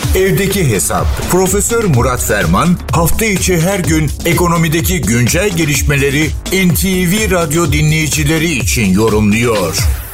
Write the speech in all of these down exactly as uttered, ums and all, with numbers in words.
Evdeki Hesap. Profesör Murat Ferman hafta içi her gün ekonomideki güncel gelişmeleri N T V Radyo dinleyicileri için yorumluyor.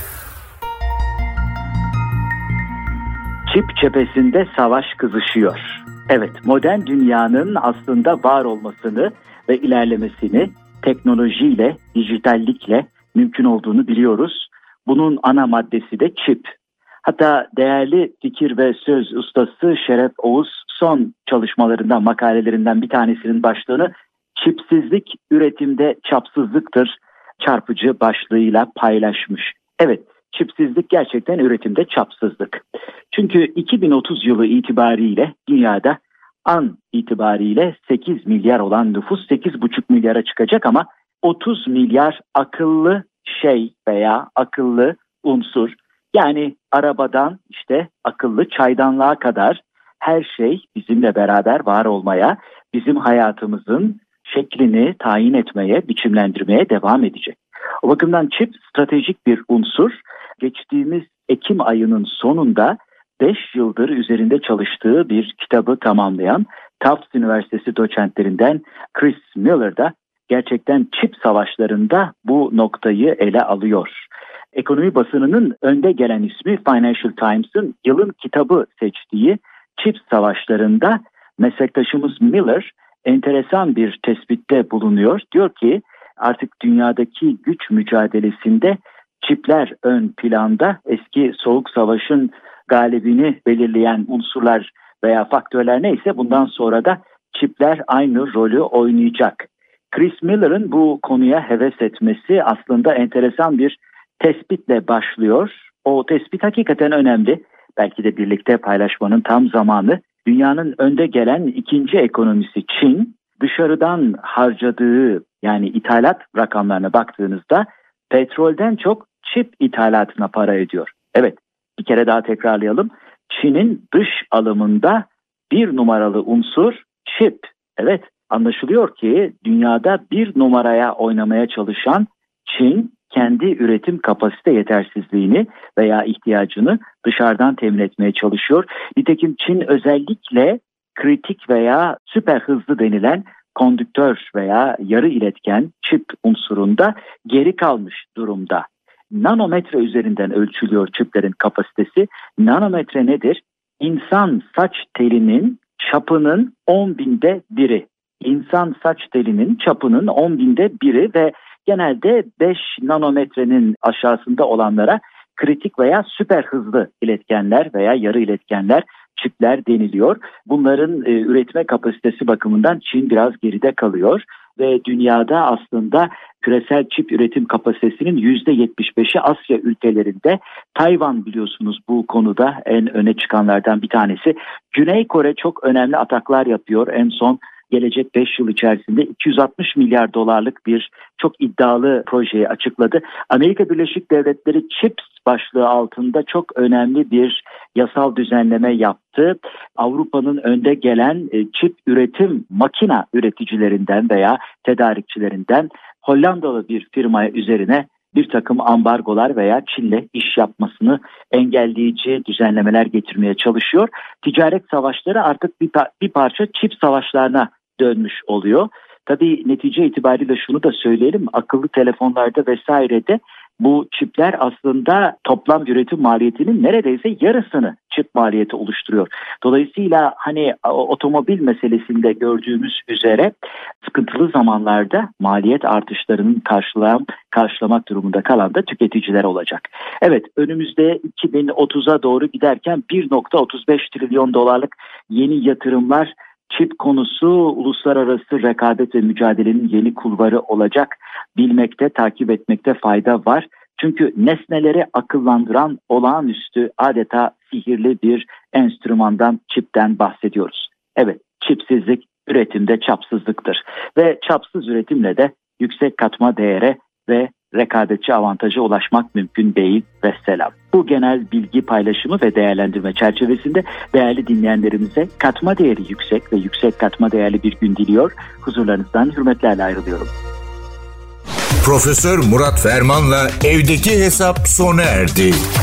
Çip cephesinde savaş kızışıyor. Evet, modern dünyanın aslında var olmasını ve ilerlemesini teknolojiyle, dijitallikle mümkün olduğunu biliyoruz. Bunun ana maddesi de çip. Hatta değerli fikir ve söz ustası Şeref Oğuz son çalışmalarından, makalelerinden bir tanesinin başlığını "Çipsizlik üretimde çapsızlıktır" çarpıcı başlığıyla paylaşmış. Evet, çipsizlik gerçekten üretimde çapsızlık. Çünkü iki bin otuz yılı itibariyle dünyada an itibariyle sekiz milyar olan nüfus sekiz buçuk milyara çıkacak ama otuz milyar akıllı şey veya akıllı unsur, yani arabadan işte akıllı çaydanlığa kadar her şey bizimle beraber var olmaya, bizim hayatımızın şeklini tayin etmeye, biçimlendirmeye devam edecek. O bakımdan çip stratejik bir unsur. Geçtiğimiz Ekim ayının sonunda beş yıldır üzerinde çalıştığı bir kitabı tamamlayan Tufts Üniversitesi doçentlerinden Chris Miller da gerçekten çip savaşlarında bu noktayı ele alıyor. Ekonomi basınının önde gelen ismi Financial Times'ın yılın kitabı seçtiği çip savaşlarında meslektaşımız Miller enteresan bir tespitte bulunuyor. Diyor ki artık dünyadaki güç mücadelesinde çipler ön planda. Eski Soğuk Savaş'ın galibini belirleyen unsurlar veya faktörler neyse bundan sonra da çipler aynı rolü oynayacak. Chris Miller'ın bu konuya heves etmesi aslında enteresan bir tespitle başlıyor. O tespit hakikaten önemli. Belki de birlikte paylaşmanın tam zamanı. Dünyanın önde gelen ikinci ekonomisi Çin, dışarıdan harcadığı yani ithalat rakamlarına baktığınızda petrolden çok çip ithalatına para ediyor. Evet, bir kere daha tekrarlayalım. Çin'in dış alımında bir numaralı unsur çip. Evet, anlaşılıyor ki dünyada bir numaraya oynamaya çalışan Çin kendi üretim kapasite yetersizliğini veya ihtiyacını dışarıdan temin etmeye çalışıyor. Nitekim Çin özellikle kritik veya süper hızlı denilen kondüktör veya yarı iletken çip unsurunda geri kalmış durumda. Nanometre üzerinden ölçülüyor çiplerin kapasitesi. Nanometre nedir? İnsan saç telinin çapının on binde biri. İnsan saç telinin çapının on binde biri ve genelde beş nanometrenin aşağısında olanlara kritik veya süper hızlı iletkenler veya yarı iletkenler, çipler deniliyor. Bunların e, üretme kapasitesi bakımından Çin biraz geride kalıyor ve dünyada aslında küresel çip üretim kapasitesinin yüzde yetmiş beşi Asya ülkelerinde. Tayvan biliyorsunuz bu konuda en öne çıkanlardan bir tanesi. Güney Kore çok önemli ataklar yapıyor. En son gelecek beş yıl içerisinde iki yüz altmış milyar dolarlık bir çok iddialı projeyi açıkladı. Amerika Birleşik Devletleri CHIPS başlığı altında çok önemli bir yasal düzenleme yaptı. Avrupa'nın önde gelen çip üretim makina üreticilerinden veya tedarikçilerinden Hollandalı bir firmaya üzerine bir takım ambargolar veya Çin'le iş yapmasını engelleyici düzenlemeler getirmeye çalışıyor. Ticaret savaşları artık bir, bir parça çip savaşlarına dönmüş oluyor. Tabii netice itibariyle şunu da söyleyelim, akıllı telefonlarda vesairede bu çipler aslında toplam üretim maliyetinin neredeyse yarısını çip maliyeti oluşturuyor. Dolayısıyla hani otomobil meselesinde gördüğümüz üzere sıkıntılı zamanlarda maliyet artışlarının karşılayan, karşılamak durumunda kalan da tüketiciler olacak. Evet, önümüzde iki bin otuza doğru giderken bir virgül otuz beş trilyon dolarlık yeni yatırımlar, çip konusu uluslararası rekabet ve mücadelenin yeni kulvarı olacak. Bilmekte, takip etmekte fayda var. Çünkü nesneleri akıllandıran olağanüstü, adeta sihirli bir enstrümandan, çipten bahsediyoruz. Evet, çipsizlik üretimde çapsızlıktır. Ve çapsız üretimle de yüksek katma değere ve rekabetçi avantaja ulaşmak mümkün değil ve selam. Bu genel bilgi paylaşımı ve değerlendirme çerçevesinde değerli dinleyenlerimize katma değeri yüksek ve yüksek katma değerli bir gün diliyor. Huzurlarınızdan hürmetlerle ayrılıyorum. Profesör Murat Ferman'la Evdeki Hesap sona erdi.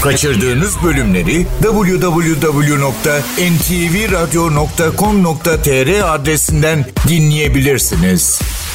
Kaçırdığınız bölümleri double-u double-u double-u nokta en ti vi radyo nokta com nokta tr adresinden dinleyebilirsiniz.